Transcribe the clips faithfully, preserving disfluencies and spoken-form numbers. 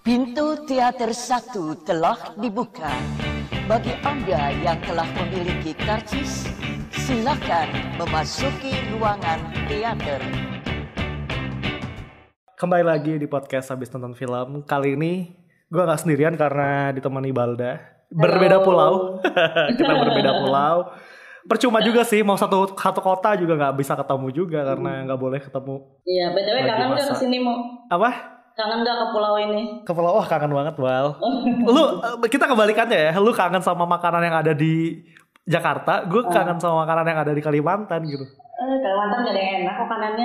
Pintu teater satu telah dibuka. Bagi Anda yang telah memiliki karcis, silakan memasuki ruangan teater. Kembali lagi di podcast Habis Nonton Film. Kali ini gue gak sendirian karena ditemani Balda. Berbeda pulau. Kita berbeda pulau. Percuma juga sih, mau satu satu kota juga gak bisa ketemu juga karena gak boleh ketemu. Iya, B T W kangen gak kesini mau? Apa? Kangen gak ke pulau ini? Ke pulau, wah kangen banget Bal. Lu, kita kebalikannya ya. Lu kangen sama makanan yang ada di Jakarta, gue kangen sama makanan yang ada di Kalimantan gitu. Eh, Kalimantan gak ada yang enak makanannya.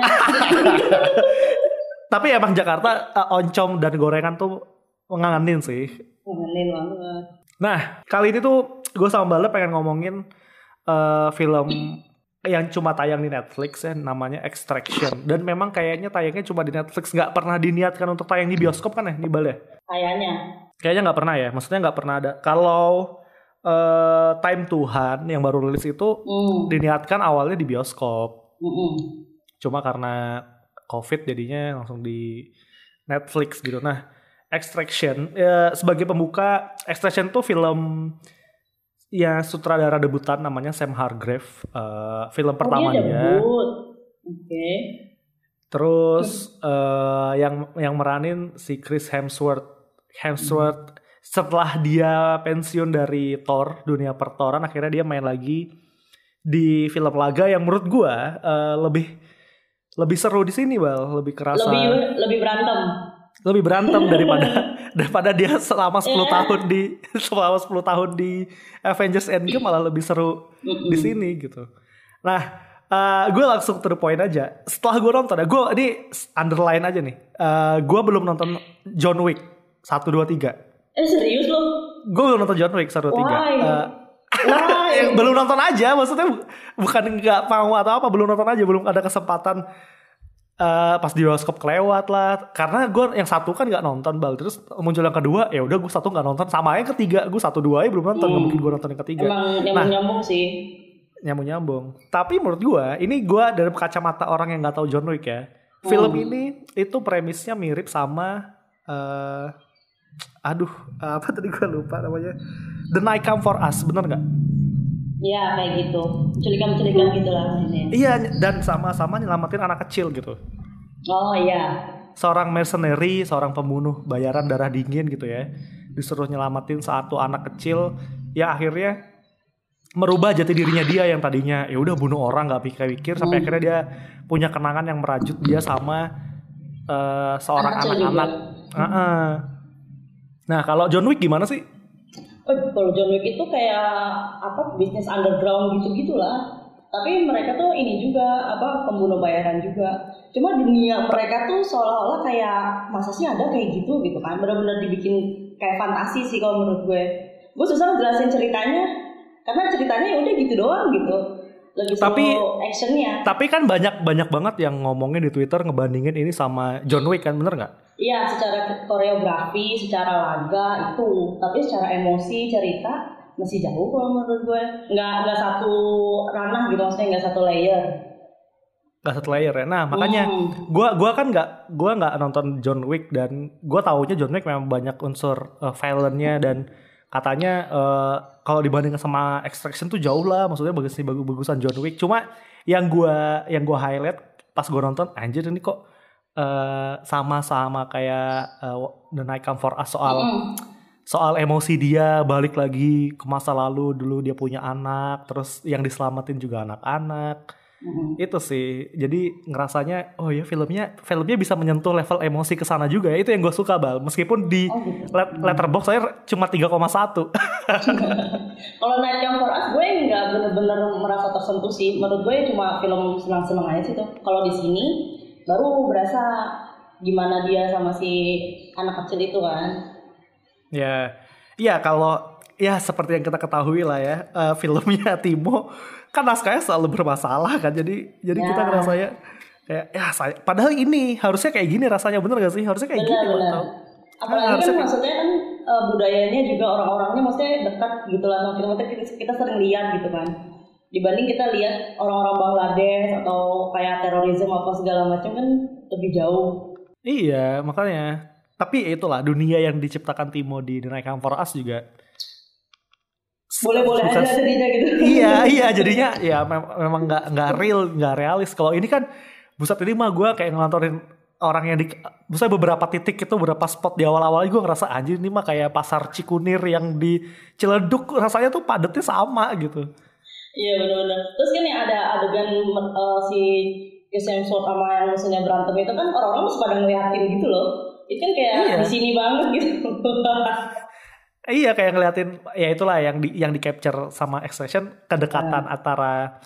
Tapi emang Jakarta uh, oncom dan gorengan tuh ngangenin sih. Ngangenin banget. Nah, kali ini tuh gue sama Balda pengen ngomongin uh, film yang cuma tayang di Netflix ya, namanya Extraction. Dan memang kayaknya tayangnya cuma di Netflix, nggak pernah diniatkan untuk tayang di bioskop kan ya, nih Bal ya? Kayaknya. Kayaknya nggak pernah ya, maksudnya nggak pernah ada. Kalau uh, Time Tuhan yang baru rilis itu mm. diniatkan awalnya di bioskop. Mm-mm. Cuma karena COVID jadinya langsung di Netflix gitu. Nah, Extraction ya, sebagai pembuka, Extraction tuh film ya sutradara debutan namanya Sam Hargrave, uh, film pertama oh, dia. dia. Oke. Okay. Terus uh, yang yang meranin si Chris Hemsworth. Hemsworth hmm. setelah dia pensiun dari Thor, dunia pertoran, akhirnya dia main lagi di film laga yang menurut gua uh, lebih lebih seru di sini, Bal, lebih kerasa. Lebih lebih berantem. Lebih berantem daripada daripada dia selama sepuluh yeah. tahun di selama sepuluh tahun di Avengers Endgame malah lebih seru mm-hmm. di sini gitu. Nah, uh, gue langsung to the point aja. Setelah gue nonton, gue ini underline aja nih. Uh, gue belum nonton John Wick satu dua tiga. Eh serius lo? Gue belum nonton John Wick satu dua tiga. Uh, Why? belum nonton aja, maksudnya bukan nggak mau atau apa, belum nonton aja, belum ada kesempatan. Uh, pas di bioskop kelewat lah, karena gue yang satu kan nggak nonton Bal, terus muncul yang kedua, ya udah gue satu nggak nonton, sama yang ketiga gue satu dua belum nonton, nggak hmm. mungkin gue nonton yang ketiga. Emang nyambung nyambung nah, sih. Nyambung nyambung. Tapi menurut gue, ini gue dari kacamata orang yang nggak tahu John Wick ya, hmm. film ini itu premisnya mirip sama, uh, aduh apa tadi gue lupa namanya, The Night Come For Us, bener nggak? Iya kayak gitu, culikan-culikan gitu lah ini. Iya, dan sama-sama nyelamatin anak kecil gitu. Oh iya. Seorang mercenary, seorang pembunuh bayaran darah dingin gitu ya, disuruh nyelamatin satu anak kecil yang akhirnya merubah jati dirinya dia yang tadinya ya udah bunuh orang nggak pikir-pikir, sampai hmm. akhirnya dia punya kenangan yang merajut dia sama uh, seorang anak anak-anak. Uh-uh. Nah kalau John Wick gimana sih? Oh, kalau John Wick itu kayak apa bisnis underground gitu-gitulah. Tapi mereka tuh ini juga apa pembunuh bayaran juga. Cuma dunia mereka tuh seolah-olah kayak masa sih ada kayak gitu gitu kan. Benar-benar dibikin kayak fantasi sih kalau menurut gue. Gue susah ngejelasin ceritanya karena ceritanya ya udah gitu doang gitu. Lebih tapi actionnya. Tapi kan banyak banyak banget yang ngomongin di Twitter ngebandingin ini sama John Wick kan, bener nggak? Iya, secara koreografi, secara laga itu, tapi secara emosi cerita masih jauh kalau menurut gue. Nggak nggak satu ranah gitu, maksudnya nggak satu layer. Nggak satu layer ya. Nah makanya hmm. gue gue kan nggak gue nggak nonton John Wick dan gue taunya John Wick memang banyak unsur uh, violentnya dan katanya uh, kalau dibandingkan sama Extraction tuh jauh lah, maksudnya bagus nih bagus-bagusan John Wick. Cuma yang gue yang gue highlight pas gue nonton, anjir ini kok uh, sama-sama kayak uh, The Night Come For Us soal mm. soal emosi dia balik lagi ke masa lalu, dulu dia punya anak, terus yang diselamatin juga anak-anak. Mm-hmm. Itu sih, jadi ngerasanya oh ya filmnya filmnya bisa menyentuh level emosi ke sana juga ya. Itu yang gue suka Bal, meskipun di oh, gitu. let- letterbox saya cuma tiga koma satu. Kalau Night Come For Us gue nggak bener-bener merasa tersentuh sih, menurut gue cuma film senang-senang aja sih tuh. Kalau di sini baru berasa gimana dia sama si anak kecil itu kan. Ya, iya kalau ya seperti yang kita ketahui lah ya, uh, filmnya Timo kan naskahnya selalu bermasalah kan, jadi jadi ya. Kita ngerasanya kayak ya saya, padahal ini harusnya kayak gini rasanya, bener gak sih? Harusnya kayak bener, gini bener. Tau. Apalagi nah, kan kayak... maksudnya kan uh, budayanya juga orang-orangnya maksudnya dekat gitu lah, maksudnya kita, kita sering lihat gitu kan, dibanding kita lihat orang-orang Bangladesh atau kayak terorisme apa segala macam kan lebih jauh. Iya makanya Tapi itulah dunia yang diciptakan Timo di The Night Comes For Us juga boleh-boleh aja jadinya gitu. Iya iya jadinya ya mem- memang nggak nggak real nggak realis. Kalau ini kan buset ini mah gue kayak ngelontorin orang yang di buset beberapa titik itu beberapa spot di awal-awal gue ngerasa anjir ini mah kayak pasar Cikunir yang di Ciledug rasanya tuh padatnya sama gitu. Iya benar-benar. Terus kan yang ada adegan uh, si Chris Hemsworth sama yang musuhnya berantem itu kan orang-orang masih pada ngeliatin gitu loh. Itu kan kayak iya. Di sini banget gitu. Iya kayak ngeliatin ya itulah yang di yang di capture sama expression kedekatan hmm. antara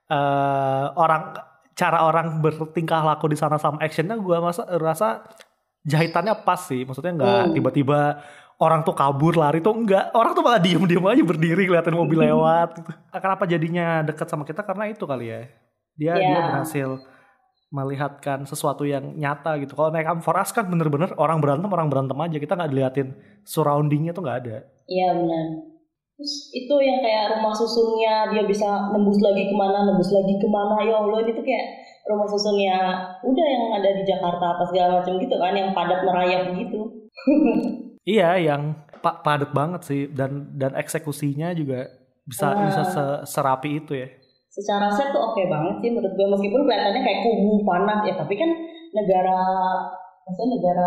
uh, orang cara orang bertingkah laku di sana sama actionnya gue masa rasa jahitannya pas sih. Maksudnya nggak hmm. tiba-tiba orang tuh kabur lari tuh enggak, orang tuh malah diem-diem aja berdiri ngeliatin mobil lewat gitu. Kenapa jadinya dekat sama kita karena itu kali ya. Dia yeah. dia berhasil melihatkan sesuatu yang nyata gitu. Kalau Night Comes For Us kan bener-bener orang berantem orang berantem aja, kita nggak diliatin surroundingnya tuh nggak ada. Iya benar. Terus itu yang kayak rumah susunnya dia bisa nembus lagi kemana, nembus lagi kemana, ya Allah ini tuh kayak rumah susunnya udah yang ada di Jakarta apa segala macam gitu kan, yang padat merayap gitu. Iya, yang pa- padat banget sih dan dan eksekusinya juga bisa uh, bisa se- serapi itu ya. Secara set tuh oke okay banget sih menurut gue, meskipun kelihatannya kayak kumuh panas ya, tapi kan negara maksudnya negara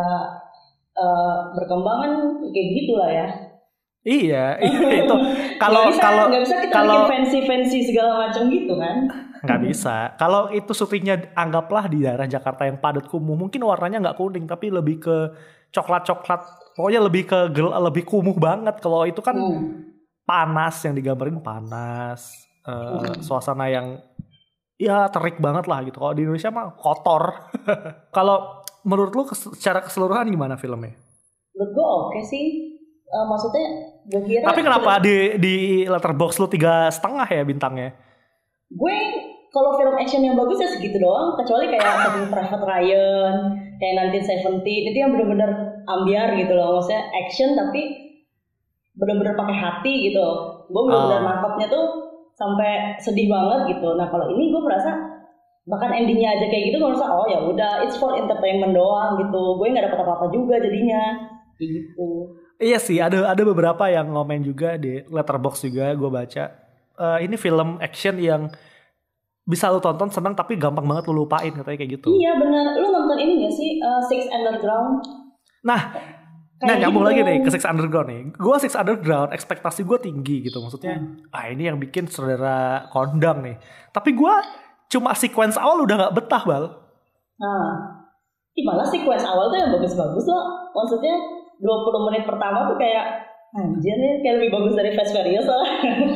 uh, berkembang kan kayak gitulah ya. Iya, itu kalau kalau nggak bisa kita kalau bikin fancy-fancy segala macam gitu kan. Nggak bisa. Kalau itu syutingnya anggaplah di daerah Jakarta yang padat kumuh, mungkin warnanya nggak kuning tapi lebih ke coklat-coklat. Pokoknya lebih ke gel, lebih kumuh banget. Kalau itu kan hmm. panas, yang digambarin panas, uh, hmm. suasana yang ya terik banget lah gitu. Kalau di Indonesia mah kotor. Kalau menurut lu secara keseluruhan gimana filmnya? Menurut gue oke okay sih. Uh, maksudnya gue kira. Tapi kenapa di di Letterboxd lu tiga setengah ya bintangnya? Gue kalau film action yang bagus ya segitu doang, kecuali kayak Saving Private Ryan, kayak nineteen seventeen itu yang benar-benar ambiar gitu loh, maksudnya action tapi benar-benar pakai hati gitu. Gue benar-benar oh. nangkapnya tuh sampai sedih banget gitu. Nah kalau ini gue merasa bahkan endingnya aja kayak gitu, gue merasa oh ya udah it's for entertainment doang gitu. Gue nggak dapat apa-apa juga jadinya gitu. Iya sih, ada ada beberapa yang ngomen juga di Letterboxd juga gue baca. Uh, ini film action yang bisa lu tonton senang tapi gampang banget lu lupain katanya kayak gitu. Iya benar. Lu nonton ini gak sih uh, Six Underground? Nah, kayak nah nyambung gitu. Lagi nih ke Six Underground nih. Gue Six Underground ekspektasi gue tinggi gitu. Maksudnya hmm. ah ini yang bikin saudara kondang nih. Tapi gue cuma sequence awal udah gak betah bal. Nah, ih malah sequence awal tuh yang bagus-bagus loh. Maksudnya dua puluh menit pertama tuh kayak anjir nih kayak lebih bagus dari Fast Furious lah.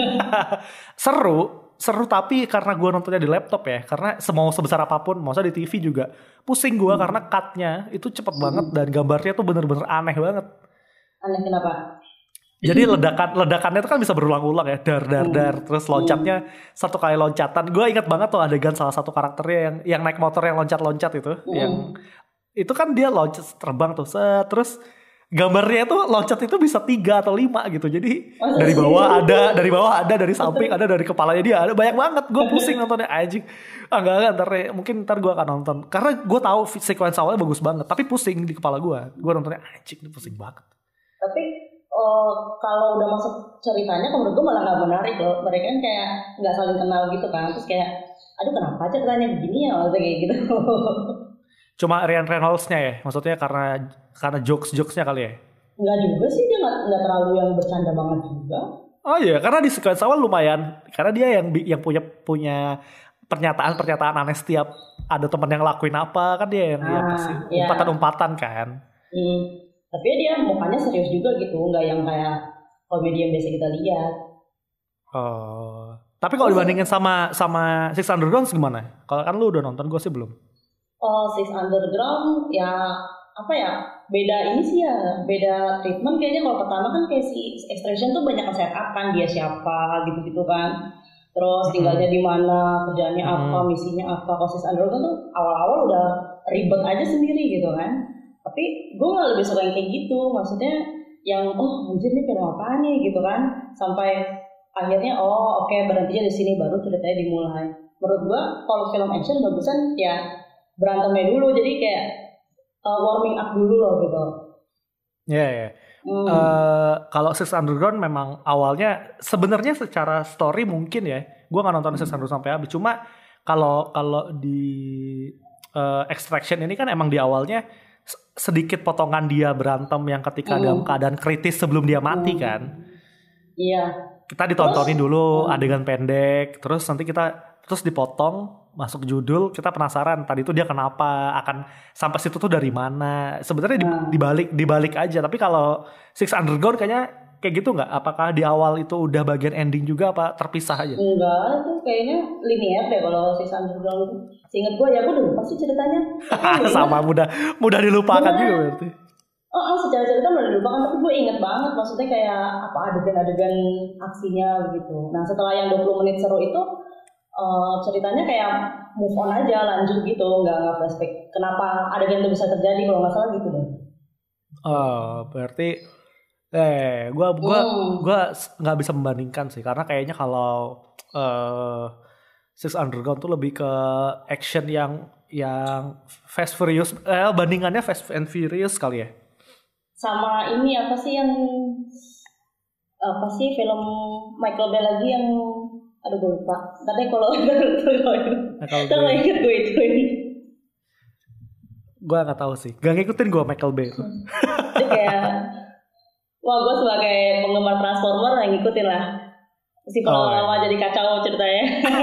Seru. Seru tapi karena gue nontonnya di laptop ya. Karena semau sebesar apapun, maksudnya di T V juga pusing gue hmm. karena cutnya itu cepet hmm. banget dan gambarnya tuh bener-bener aneh banget. Aneh kenapa? Jadi ledakan ledakannya itu kan bisa berulang-ulang ya, dar dar dar, terus loncatnya hmm. satu kali loncatan. Gue ingat banget tuh adegan salah satu karakternya yang yang naik motor yang loncat-loncat itu, hmm. yang itu kan dia loncat terbang tuh, set, terus gambarnya tuh loncat itu bisa tiga atau lima gitu. Jadi oh, dari bawah ada, dari bawah ada, dari samping ada, dari kepalanya dia ada, banyak banget. Gue pusing nontonnya anjing. Ah enggak enggak ntar mungkin ntar gue akan nonton. Karena gue tahu sequence awalnya bagus banget, tapi pusing di kepala gue. Gue nontonnya anjing ini pusing banget. Tapi uh, kalau udah masuk ceritanya menurut gue malah nggak menarik loh. Mereka kan kayak nggak saling kenal gitu kan. Terus kayak aduh kenapa ceritanya begini ya, maksudnya kayak gitu. Cuma Ryan Reynolds-nya ya, maksudnya karena karena jokes-jokesnya kali ya? Enggak juga sih, dia nggak nggak terlalu yang bercanda banget juga. Oh iya, karena di sequence awal lumayan, karena dia yang yang punya punya pernyataan-pernyataan aneh setiap ada teman yang lakuin apa, kan dia yang, ah, yang kasih iya. umpatan-umpatan kan. Hmm. Tapi dia mukanya serius juga gitu, nggak yang kayak komedi yang biasa kita lihat. Oh, tapi kalau dibandingin sama sama Six Underground gimana? Kalau kan lu udah nonton, gue sih belum. Oh, Six Underground ya apa ya, beda ini sih ya, beda treatment kayaknya. Kalau pertama kan kayak si Extraction tuh banyak set up kan, dia siapa gitu-gitu kan, terus tinggalnya di mana, kerjaannya hmm. apa, misinya apa. Kalau Six Underground tuh awal-awal udah ribet aja sendiri gitu kan. Tapi gue malah lebih suka yang kayak gitu, maksudnya yang oh anjir nih film apaan nih gitu kan, sampai akhirnya oh oke okay, berhentinya di sini baru ceritanya dimulai. Menurut gue kalau film action bagusan ya berantemnya dulu, jadi kayak uh, warming up dulu loh gitu. Ya, yeah, yeah. Hmm. Uh, kalau Six Underground memang awalnya sebenarnya secara story mungkin ya, gue nggak nonton Six Underground sampai habis. Cuma kalau kalau di uh, Extraction ini kan emang di awalnya sedikit potongan dia berantem yang ketika hmm. dalam keadaan kritis sebelum dia mati hmm. kan. Iya. Kita ditontonin terus, dulu hmm. adegan pendek, terus nanti kita terus dipotong. Masuk judul, kita penasaran tadi itu dia kenapa, akan sampai situ tuh dari mana. Sebenarnya hmm. dibalik dibalik aja. Tapi kalau Six Underground kayaknya kayak gitu nggak? Apakah di awal itu udah bagian ending juga apa terpisah aja? Enggak, itu kayaknya linear deh kalau Six Underground. Seingat gue ya, gue udah lupa sih ceritanya. Sama mudah mudah dilupakan juga berarti. Oh, oh, secara cerita mudah dilupakan, tapi gue inget banget. Maksudnya kayak apa adegan-adegan aksinya begitu. Nah setelah yang dua puluh menit seru itu, Uh, ceritanya kayak move on aja, lanjut gitu, nggak nggak flashback. Kenapa adegan itu bisa terjadi kalau nggak salah gitu deh. Oh, berarti eh gua gua hmm. gua nggak bisa membandingkan sih, karena kayaknya kalau uh, Six Underground tuh lebih ke action yang yang Fast Furious, eh bandingannya Fast and Furious kali ya. Sama ini apa sih yang apa sih film Michael Bay lagi yang aduh gue lupa. Tapi kalau kalau inget gue itu ini. Gue nggak tahu sih. Gak ngikutin gue Michael Bay itu. Jadi kayak, wah gue sebagai penggemar Transformer yang ngikutin lah. Si kalau lama oh, iya. jadi kacau ceritanya.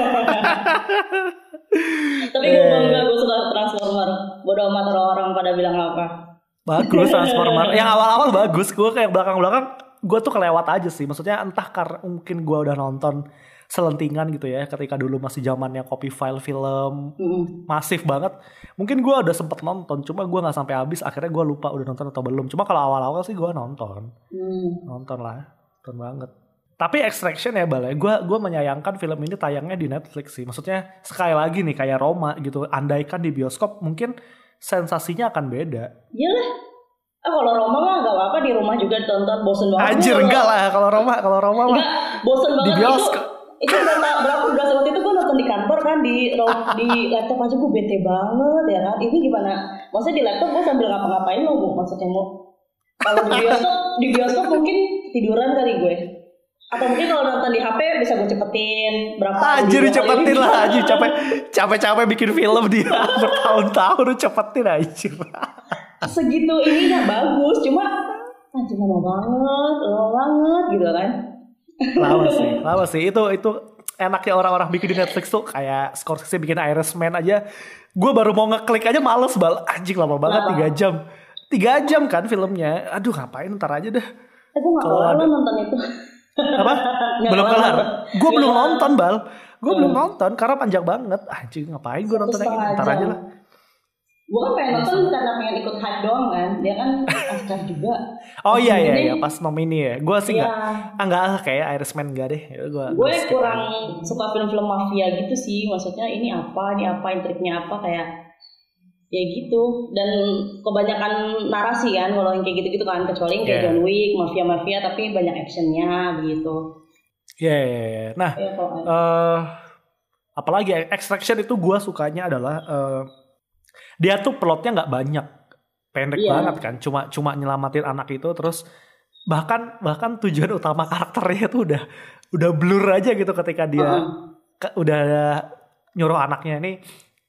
Tapi gue bangga, gue suka Transformer. Bodoh amat orang-orang pada bilang apa. Bagus Transformer. Yang awal-awal bagus. Gue kayak belakang-belakang gue tuh kelewat aja sih. Maksudnya entah karena mungkin gue udah nonton selentingan gitu ya, ketika dulu masih zamannya copy file film mm. masif banget. Mungkin gue udah sempet nonton, cuma gue nggak sampai habis. Akhirnya gue lupa udah nonton atau belum. Cuma kalau awal-awal sih gue nonton, mm. nonton lah, nonton banget. Tapi Extraction ya Bal, gue gue menyayangkan film ini tayangnya di Netflix sih. Maksudnya sekali lagi nih kayak Roma gitu, andaikan di bioskop mungkin sensasinya akan beda. Iyalah. Ah kalau Roma mah gak apa-apa di rumah juga ditonton, bosen banget. Anjir enggak lah kalau Roma, kalau Roma mah bosen banget di bioskop. Itu, itu berapa berapa belas waktu itu gue nonton di kantor kan, di di laptop aja gue bete banget ya kan. Ini gimana? Maksudnya di laptop gue sambil ngapa-ngapain lo bu, maksudnya mau. Kalau di bioskop di bioskop mungkin tiduran kali gue. Atau mungkin kalau nonton di H P bisa gue cepetin berapa. Anjir cepetin lah anjir, capek capek-capek bikin film dia bertahun-tahun cepetin anjir. Segitu ini gak bagus, cuma anjir lama banget, lama banget gitu kan. Lama sih, lama sih. Itu itu enaknya orang-orang bikin di Netflix tuh kayak Scorsese bikin Irishman aja. Gue baru mau ngeklik aja males Bal. Anjing lama banget tiga jam. tiga jam kan filmnya. Aduh ngapain ntar aja dah. Aku gak kelar ada... nonton itu. Apa? Belum kelar. Gue belum nonton Bal. Gue hmm. belum nonton karena panjang banget. Anjing ngapain gue nonton yang ini. Ntar aja lah. Gue kan pengen nonton karena pengen ikut hype doang kan. Dia kan Oscar juga. Oh iya iya iya pas nomini ya. Gue sih ya. gak. Ah enggak kayak Irishman enggak deh. Gue kurang aja. Suka film-film mafia gitu sih. Maksudnya ini apa, ini apa, intriknya apa kayak. Ya gitu. Dan kebanyakan narasi kan. Kalau yang kayak gitu-gitu kan. Kecuali kayak yeah. John Wick, mafia-mafia. Tapi banyak actionnya begitu. Iya yeah, iya yeah, yeah. Nah. Ya, uh, apalagi Extraction itu gue sukanya adalah. Uh, Dia tuh plotnya nggak banyak, pendek yeah. banget kan, cuma cuma nyelamatin anak itu, terus bahkan bahkan tujuan utama karakternya tuh udah udah blur aja gitu ketika dia uh-huh. ke, udah nyuruh anaknya ini,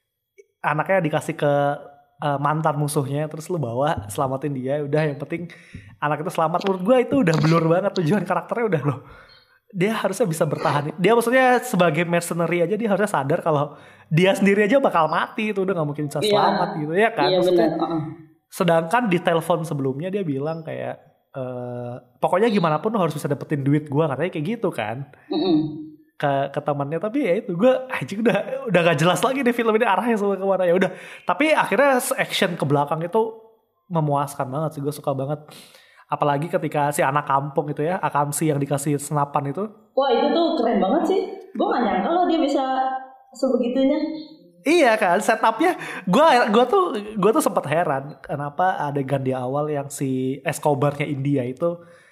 anaknya dikasih ke uh, mantan musuhnya, terus lu bawa selamatin dia, udah yang penting anak itu selamat. Menurut gue itu udah blur banget tujuan karakternya udah loh. Dia harusnya bisa bertahan. Dia maksudnya sebagai mercenary aja dia harusnya sadar kalau dia sendiri aja bakal mati itu udah nggak mungkin bisa selamat yeah. gitu ya kan. Yeah, maksudnya, uh-uh. Sedangkan di telepon sebelumnya dia bilang kayak e, pokoknya gimana pun lo harus bisa dapetin duit gue katanya kayak gitu kan. Uh-uh. Ke ke temannya tapi ya itu gue anjing udah udah gak jelas lagi deh film ini arahnya semua kemana ya udah. Tapi akhirnya action ke belakang itu memuaskan banget sih, gue suka banget. Apalagi ketika si anak kampung itu ya, Akamsi yang dikasih senapan itu. Wah itu tuh keren banget sih. Gue gak nyangka loh dia bisa sebegitunya. Iya kan, setupnya. Gue gue tuh gue tuh sempat heran kenapa adegan di awal yang si Escobarnya India itu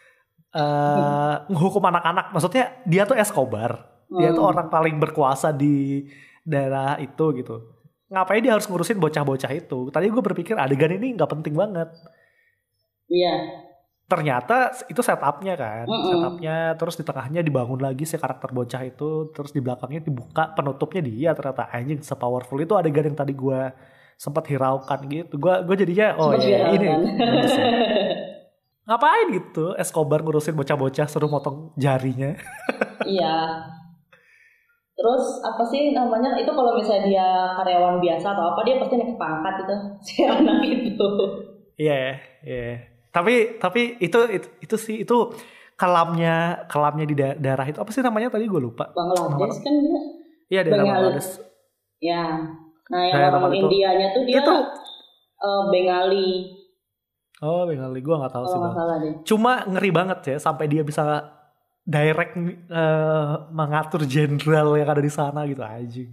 uh, ngehukum anak-anak. Maksudnya dia tuh Escobar. Dia hmm. tuh orang paling berkuasa di daerah itu gitu. Ngapain dia harus ngurusin bocah-bocah itu? Tadi gue berpikir adegan ini gak penting banget. Iya. ternyata itu setupnya kan, Mm-mm. setupnya terus di tengahnya dibangun lagi si karakter bocah itu, terus di belakangnya dibuka penutupnya dia, ternyata anjing sepowerful itu adegan yang tadi gue sempat hiraukan gitu. Gue gue jadinya oh Sempat ya ini viral kan. bagus ya. Ngapain gitu Escobar ngurusin bocah-bocah suruh motong jarinya. Iya. Terus apa sih namanya itu kalau misalnya dia karyawan biasa atau apa dia pasti naik pangkat itu si anak itu. Iya, iya. Tapi tapi itu, itu itu sih itu kelamnya kelamnya di da- daerah itu apa sih namanya tadi gue lupa. Bangladesh kan dia. Iya daerah Bengal. Bangladesh. Ya. Nah yang Daerah orang itu. Indianya tuh dia Itu uh, Bengali. oh Bengali gue nggak tahu sih Kalau nggak bang. salah deh. Cuma ngeri banget ya sampai dia bisa direct eh, mengatur jenderal yang ada di sana gitu anjing.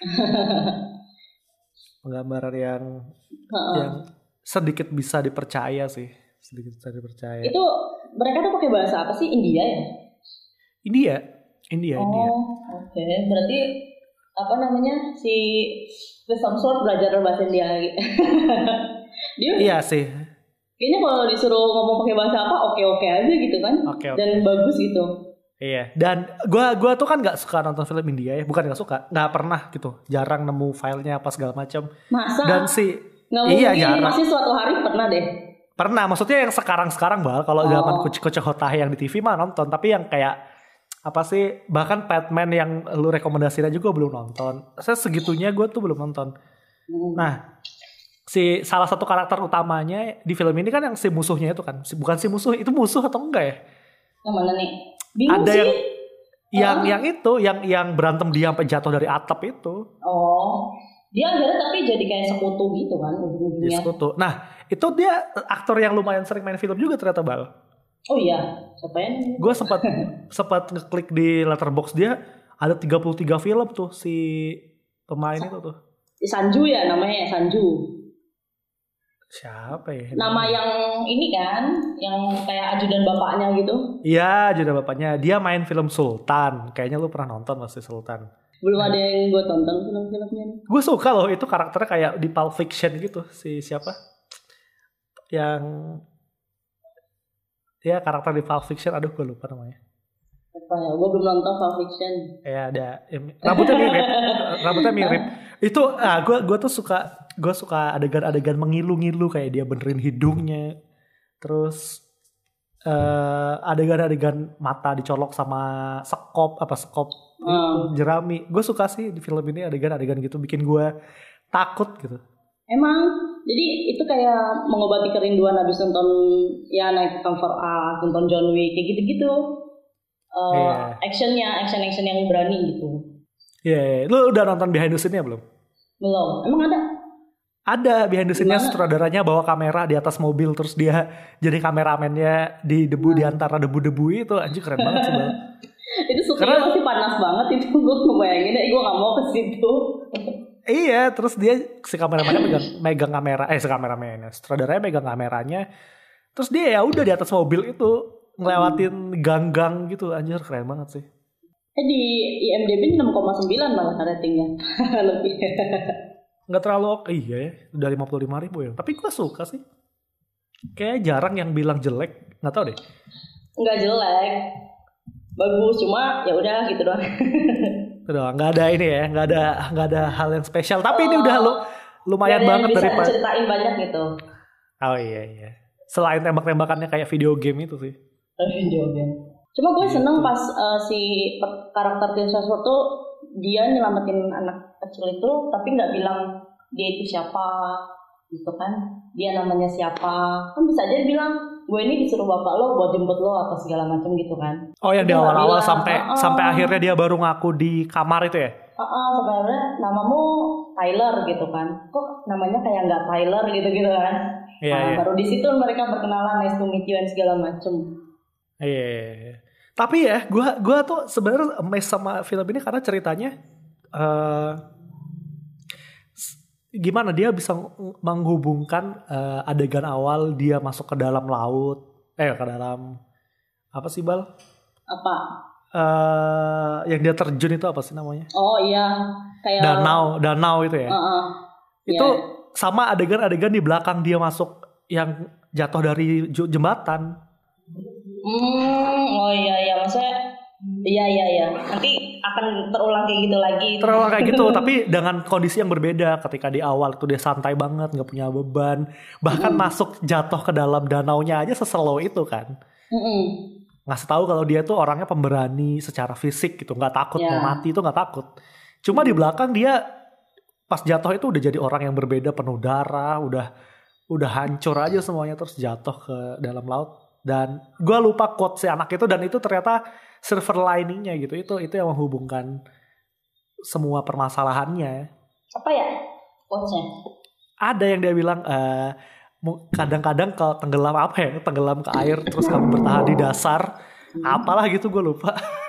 Penggambaran yang Uh-uh. yang sedikit bisa dipercaya sih, sedikit bisa dipercaya. Itu mereka tuh pakai bahasa apa sih? India ya? India, India, oh, India. oke. Berarti apa namanya si Chris Hemsworth belajar bahasa India lagi. Dia Iya sih. kayaknya kalau disuruh ngomong pakai bahasa apa oke-oke aja gitu kan. Oke, oke. Dan bagus gitu. Iya. Dan gua gua tuh kan nggak suka nonton film India ya, bukan nggak suka, nggak pernah gitu, jarang nemu filenya apa segala macam. Masa? Dan si Nggak iya mungkin, jarang. pasti suatu hari pernah deh. Pernah, maksudnya yang sekarang-sekarang bal, kalau Oh. zaman Kuci-Kuci Hotahe yang di T V mah nonton, tapi yang kayak apa sih, bahkan Batman yang lu rekomendasiin aja gue belum nonton. Saya segitunya gue tuh belum nonton. Hmm. Nah, si salah satu karakter utamanya di film ini kan yang si musuhnya itu kan, si, bukan si musuh, itu musuh atau enggak ya? Yang mana nih? Bingung Ada sih. yang yang Oh. yang itu, yang yang berantem dia sampai jatuh dari atap itu. Oh. Dia akhirnya tapi jadi kayak sekutu gitu kan Di ujung-ujungnya. sekutu. Nah, itu dia aktor yang lumayan sering main film juga ternyata bal. Oh iya, siapa yang? Gue sempat sempat ngeklik di Letterboxd dia ada tiga puluh tiga film tuh si pemain itu tuh. Sanju ya namanya ya, Sanju. Siapa ya? Nama yang ini kan, yang kayak ajudan bapaknya gitu. Iya, juga bapaknya. Dia main film Sultan. Kayaknya lu pernah nonton pasti Sultan. Belum ada yang gue tonton film-filmnya. Gue suka loh itu karakternya kayak di Pulp Fiction gitu. Si siapa? Yang ya karakter di Pulp Fiction. Aduh gue lupa namanya. Apa ya? Gue belum nonton Pulp Fiction. Ya ada rambutnya mirip, rambutnya mirip. Itu ah gue gue tuh suka gue suka adegan-adegan mengilu-ngilu kayak dia benerin hidungnya, terus uh, adegan-adegan mata dicolok sama sekop apa sekop Hmm. itu jerami. Gue suka sih di film ini adegan-adegan gitu bikin gue takut gitu. Emang, jadi itu kayak mengobati kerinduan habis nonton ya naik Comfort Art, nonton John Wick kayak gitu-gitu. Uh, Yeah. Actionnya, action-action yang berani gitu. Iya, yeah, lu udah nonton behind the scene-nya belum? Belum. Emang ada? Ada behind the scene-nya, Gimana? sutradaranya bawa kamera di atas mobil terus dia jadi kameramennya di debu di antara debu-debu itu anjir keren banget sih Bang. Itu syutingnya Karena- pasti panas banget itu. Gue ngebayangin, eh gue gak mau ke situ. Iya, terus dia si kameramennya megang megang kamera, eh si kameramennya, sutradaranya megang kameranya. Terus dia ya udah di atas mobil itu ngelewatin gang-gang gitu, anjir keren banget sih. Eh di I M D B enam koma sembilan malah ratingnya. Lebih. Nggak terlalu oke, iya ya, udah lima puluh lima ribu ya. Tapi gue suka sih. Kayak jarang yang bilang jelek, nggak tahu deh. Nggak jelek. Bagus, cuma ya udah gitu doang. Udah nggak ada ini ya, nggak ada nggak ada hal yang spesial. Tapi ini udah lu lumayan Nggak ada yang banget bisa daripada. ceritain banyak gitu. Oh iya iya. Selain tembak-tembakannya kayak video game itu sih. Jawaban. Cuma gue seneng pas uh, si per- karakter Chris Hemsworth tuh dia nyelamatin anak kecil itu, tapi nggak bilang dia itu siapa, gitu kan? Dia namanya siapa? Kan bisa aja dia bilang gue ini disuruh bapak lo buat jemput lo atau segala macam gitu kan? Oh yang di Dia nggak awal-awal bilang, sampai "Oh, sampai akhirnya dia baru ngaku di kamar itu ya? Uh, uh, sebenarnya namamu Tyler gitu kan? Kok namanya kayak nggak Tyler gitu gitu kan? Iya Nah, iya. baru di situ mereka berkenalan, nice to meet you dan segala macam. Iya. iya, iya. Tapi ya, gua gua tuh sebenarnya amazed sama film ini karena ceritanya eh s- gimana dia bisa ng- menghubungkan eh, adegan awal dia masuk ke dalam laut, eh ke dalam apa sih Bal? Apa? Eh yang dia terjun itu apa sih namanya? Oh iya, kayak Danau, danau itu ya. Uh, uh. Itu Iya. sama adegan-adegan di belakang dia masuk yang jatuh dari ju- jembatan. Hmm, oh iya iya maksudnya iya iya iya nanti akan terulang kayak gitu lagi. Terulang kayak gitu tapi dengan kondisi yang berbeda. Ketika di awal itu dia santai banget, nggak punya beban, bahkan mm. masuk jatuh ke dalam danaunya aja seslow itu kan. Mm-mm. Ngasih tahu kalau dia tuh orangnya pemberani secara fisik gitu, nggak takut yeah. mau mati itu nggak takut. Cuma mm. di belakang dia pas jatuh itu udah jadi orang yang berbeda, penuh darah, udah udah hancur aja semuanya, terus jatuh ke dalam laut. Dan gue lupa quote si anak itu, dan itu ternyata silver liningnya gitu. Itu itu yang menghubungkan semua permasalahannya. Apa ya quote-nya? Ada yang dia bilang uh, kadang-kadang kalau tenggelam apa ya, tenggelam ke air terus kamu bertahan di dasar, apalah gitu gue lupa.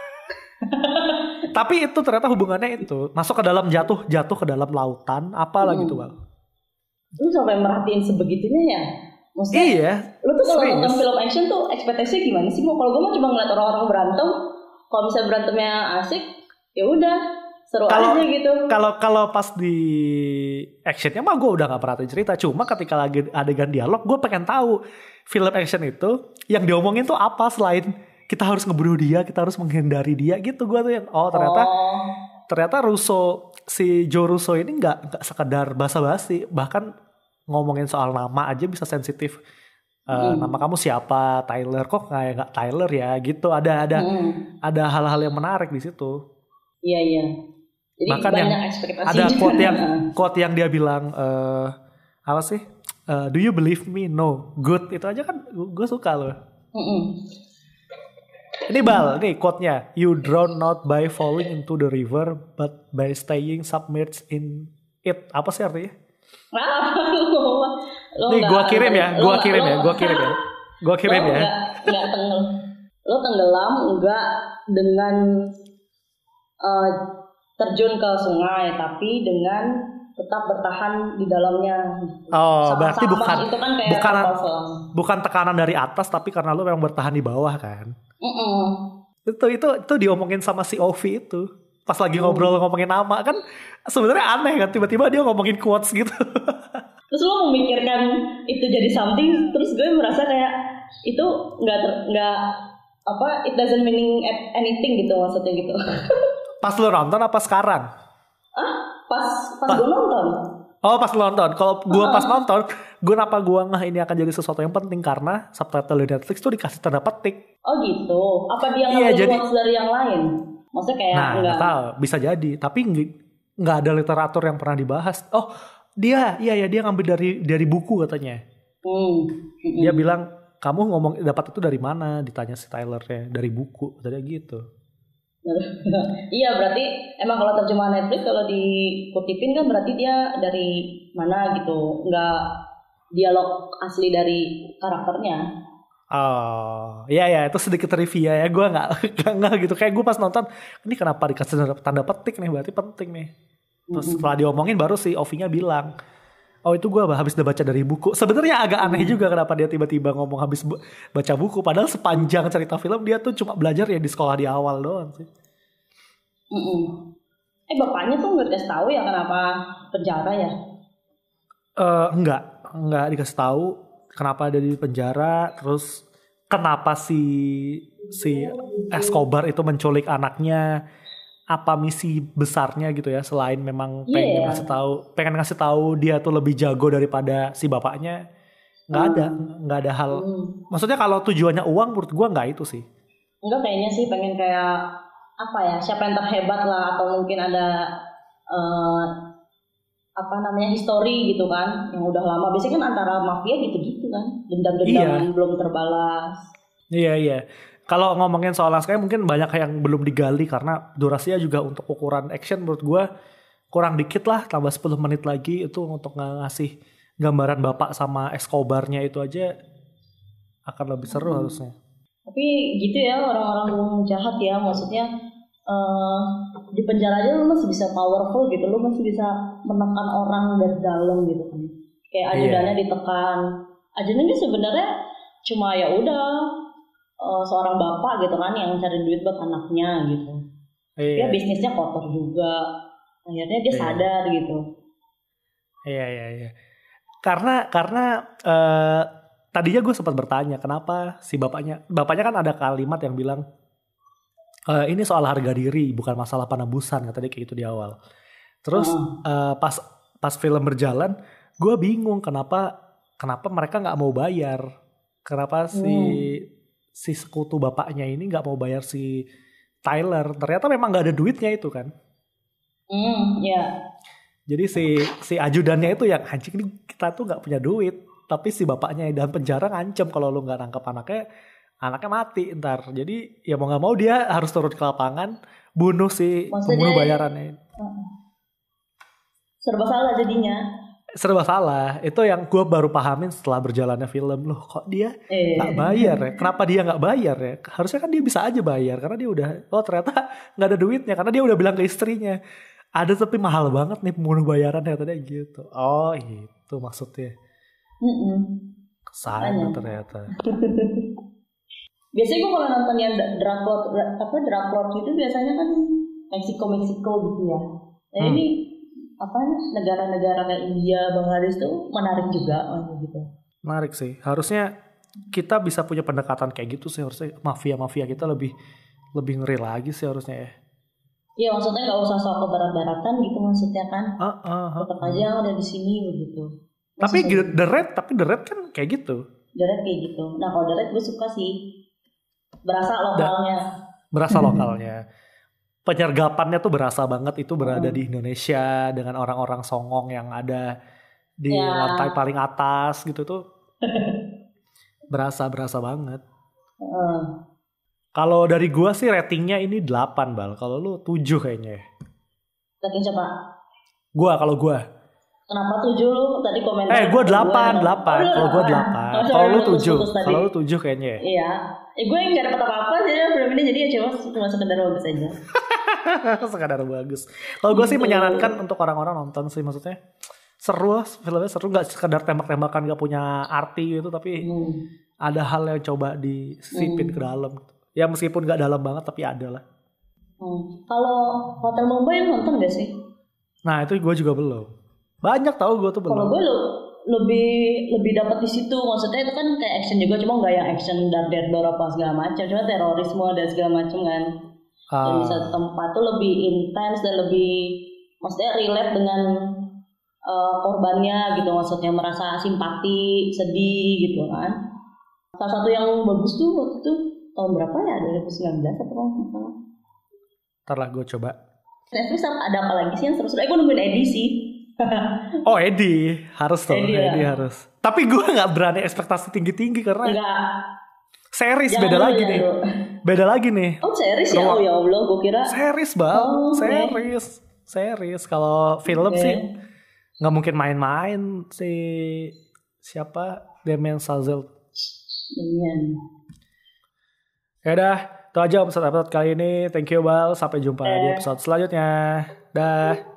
Tapi itu ternyata hubungannya itu masuk ke dalam jatuh jatuh ke dalam lautan, apalah hmm. gitu bang. Lu sampai merhatiin sebegitunya ya? Maksudnya, iya. Lu tuh kalau nonton film action tuh ekspektasinya gimana sih? Mau kalau gue mah cuma ngeliat orang-orang berantem, kalau misalnya berantemnya asik, ya udah seru kalo, aja gitu. Kalau kalau pas di actionnya mah gue udah nggak perhatiin cerita. Cuma ketika lagi adegan dialog, gue pengen tahu film action itu yang diomongin tuh apa selain kita harus ngebunuh dia, kita harus menghindari dia gitu. Gue tuh yang oh ternyata oh. ternyata Russo si Joe Russo ini nggak nggak sekedar basa-basi, bahkan ngomongin soal nama aja bisa sensitif. Uh, hmm. Nama kamu siapa? Tyler. Kok kayak nggak Tyler ya? Gitu. Ada ada hmm. ada hal-hal yang menarik di situ. Iya iya. Jadi bahkan banyak yang ekspektasi. Ada quote yang quote yang dia bilang uh, apa sih? Uh, Do you believe me? No. Good. Itu aja kan gue suka loh. Hmm. Ini Bal, nih quote-nya. You drown not by falling into the river, but by staying submerged in it. Apa sih artinya? Lo nih gue kirim ya, gue kirim ya, gue kirim ya, gue kirim ya. Nggak tenggelam, lo tenggelam enggak dengan uh, terjun ke sungai, tapi dengan tetap bertahan di dalamnya. Oh, sama, berarti bukan itu kan kayak bukan bukan tekanan dari atas, tapi karena lo memang bertahan di bawah kan. Mm-mm. Itu itu itu diomongin sama si Ovi itu. Pas lagi ngobrol ngomongin nama kan sebenarnya aneh kan, tiba-tiba dia ngomongin quotes gitu. Terus lo memikirkan itu jadi something, terus gue merasa kayak itu nggak nggak apa it doesn't meaning anything gitu maksudnya gitu. Pas lo nonton apa sekarang? Ah pas pas pa- gue nonton. Oh pas lo nonton. Kalau gue uh-huh. pas nonton, gue kenapa gue ngeh ini akan jadi sesuatu yang penting karena subtitle di Netflix tuh dikasih tanda petik. Oh gitu. Apa dia ngambil iya, quotes dari yang lain? Maksudnya kayak nah, enggak tahu, bisa jadi, tapi nggak ada literatur yang pernah dibahas. Oh, dia, iya ya dia ngambil dari dari buku katanya. Hmm. Dia bilang kamu ngomong dapat itu dari mana? Ditanya si Tylernya dari buku, tadi gitu. Iya berarti emang kalau terjemahan Netflix kalau dikutipin kan berarti dia dari mana gitu, nggak dialog asli dari karakternya. Oh, iya ya itu sedikit trivia ya, gue nggak nggak gitu kayak gue pas nonton ini kenapa dikasih tanda petik nih, berarti penting nih. Terus mm-hmm. setelah diomongin baru si Ovi-nya bilang, oh itu gue habis udah baca dari buku. Sebenarnya agak aneh juga kenapa dia tiba-tiba ngomong habis baca buku, padahal sepanjang cerita film dia tuh cuma belajar ya di sekolah di awal doang sih. Mm-hmm. Eh bapaknya tuh nggak dikasih tahu ya kenapa penjara ya? Uh, enggak, enggak dikasih tahu. Kenapa ada di penjara, terus kenapa si si Escobar itu menculik anaknya, apa misi besarnya gitu ya, selain memang pengen yeah. ngasih tahu, pengen ngasih tahu dia tuh lebih jago daripada si bapaknya, nggak hmm. ada, nggak ada hal. Hmm. Maksudnya kalau tujuannya uang, menurut gua nggak itu sih. Enggak, kayaknya sih pengen kayak apa ya, siapa yang terhebat lah, atau mungkin ada uh, apa namanya histori gitu kan yang udah lama, biasanya kan antara mafia gitu-gitu kan, dendam-dendam iya. belum terbalas. Iya iya. Kalau ngomongin soal naskah mungkin banyak yang belum digali karena durasinya juga untuk ukuran action menurut gue kurang dikit lah, tambah sepuluh menit lagi itu untuk ngasih gambaran bapak sama Escobarnya itu aja akan lebih seru hmm. harusnya. Tapi gitu ya orang-orang jahat ya, maksudnya uh, di penjara aja lu masih bisa powerful gitu, lu masih bisa menekan orang dari dalam gitu kan. Kayak ajudannya yeah. ditekan. Ajudannya sebenarnya cuma ya udah uh, seorang bapak gitu kan yang cari duit buat anaknya gitu. Yeah. Dia bisnisnya kotor juga. Akhirnya dia yeah. sadar gitu. Iya yeah, iya yeah, iya. Yeah. Karena karena uh, tadinya gue sempat bertanya kenapa si bapaknya, bapaknya kan ada kalimat yang bilang e, ini soal harga diri bukan masalah penebusan, katanya kayak gitu di awal. Terus uh. Uh, pas pas film berjalan, gue bingung kenapa kenapa mereka nggak mau bayar, kenapa si hmm. si sekutu bapaknya ini nggak mau bayar si Tyler. Ternyata memang nggak ada duitnya itu kan. Hmm, ya. Yeah. Jadi si si ajudannya itu yang anjing, ini kita tuh nggak punya duit, tapi si bapaknya dalam penjara ngancem kalau lu nggak nangkep anaknya, anaknya mati ntar. Jadi ya mau nggak mau dia harus turun ke lapangan bunuh si Maksudnya, pembunuh bayarannya. Serba salah jadinya. Serba salah. Itu yang gue baru pahamin setelah berjalannya film. Loh kok dia nggak eh. bayar ya? Kenapa dia nggak bayar ya? Harusnya kan dia bisa aja bayar karena dia udah, oh ternyata nggak ada duitnya karena dia udah bilang ke istrinya. Ada tapi mahal banget nih pembunuh bayarannya tadi gitu. Oh itu maksudnya. Kesana ternyata. Biasanya gue kalau nonton yang drag plot apa drag plot itu biasanya kan Meksiko Meksiko gitu ya. Nah hmm. ini apa negara-negara kayak India, Bangladesh tuh menarik juga gitu. Menarik sih. Harusnya kita bisa punya pendekatan kayak gitu sih, harusnya mafia-mafia kita lebih lebih ngeri lagi sih harusnya ya. Iya maksudnya nggak usah soal keberat-beratan gitu maksudnya kan. Uh, uh, uh, Tetap aja yang ada di sini begitu. Tapi The Red, tapi The Red kan kayak gitu. The Red kayak gitu. Nah kalau The Red gue suka sih. Berasa lokalnya. Da, berasa lokalnya. Penyergapannya tuh berasa banget itu berada hmm. di Indonesia dengan orang-orang songong yang ada di ya. lantai paling atas gitu tuh. berasa berasa banget. Hmm. Kalau dari gua sih ratingnya ini delapan Bal. Kalau lu tujuh kayaknya. Rating siapa? Gua kalau gua. Kenapa tujuh lu tadi komentar? Eh gua delapan, delapan. Kalau gua delapan. Kalau lu tujuh. Kalau lu tujuh kayaknya. Iya. Eh gue yang gak dapet apa-apa sih film ini jadi ya cuma cuma sekedar bagus aja. Sekadar bagus. Kalau gue sih menyarankan untuk orang-orang nonton sih, maksudnya seru lah, filmnya seru, nggak sekedar tembak-tembakan nggak punya arti gitu, tapi hmm. ada hal yang coba disipin hmm. ke dalam. Ya meskipun nggak dalam banget tapi ada lah. Hmm. Kalau Hotel Mumbai nonton gak sih? Nah itu gue juga belum. Banyak tahu gue tuh belum. Kalau gue lo lebih lebih dapat di situ, maksudnya itu kan kayak action juga, cuma nggak yang action dar der dor apa segala macam, cuma terorisme dan segala macam kan. Uh. Dan di satu tempat tuh lebih intens dan lebih, maksudnya relate dengan uh, korbannya gitu, maksudnya merasa simpati, sedih gitu kan. Salah satu yang bagus tuh waktu itu tahun berapa ya, dua ribu sembilan belas atau apa misalnya. Ntar lah gue coba. Netflix ada apa lagi sih yang seru-seru? Eh gue nungguin Eddie sih. Oh Eddie harus tuh, Eddie, Eddie ya. harus. Tapi gue nggak berani ekspektasi tinggi-tinggi karena Enggak. series Jangan beda lagi ya, nih, bro. beda lagi nih. Oh series ya, oh ya Allah, gue kira. Series bang, oh, series, okay. series. Kalau film okay. sih nggak mungkin main-main si siapa Damien Chazelle. Damien. Ya udah, itu aja episode episode kali ini. Thank you Bal, sampai jumpa eh. di episode selanjutnya. Dah.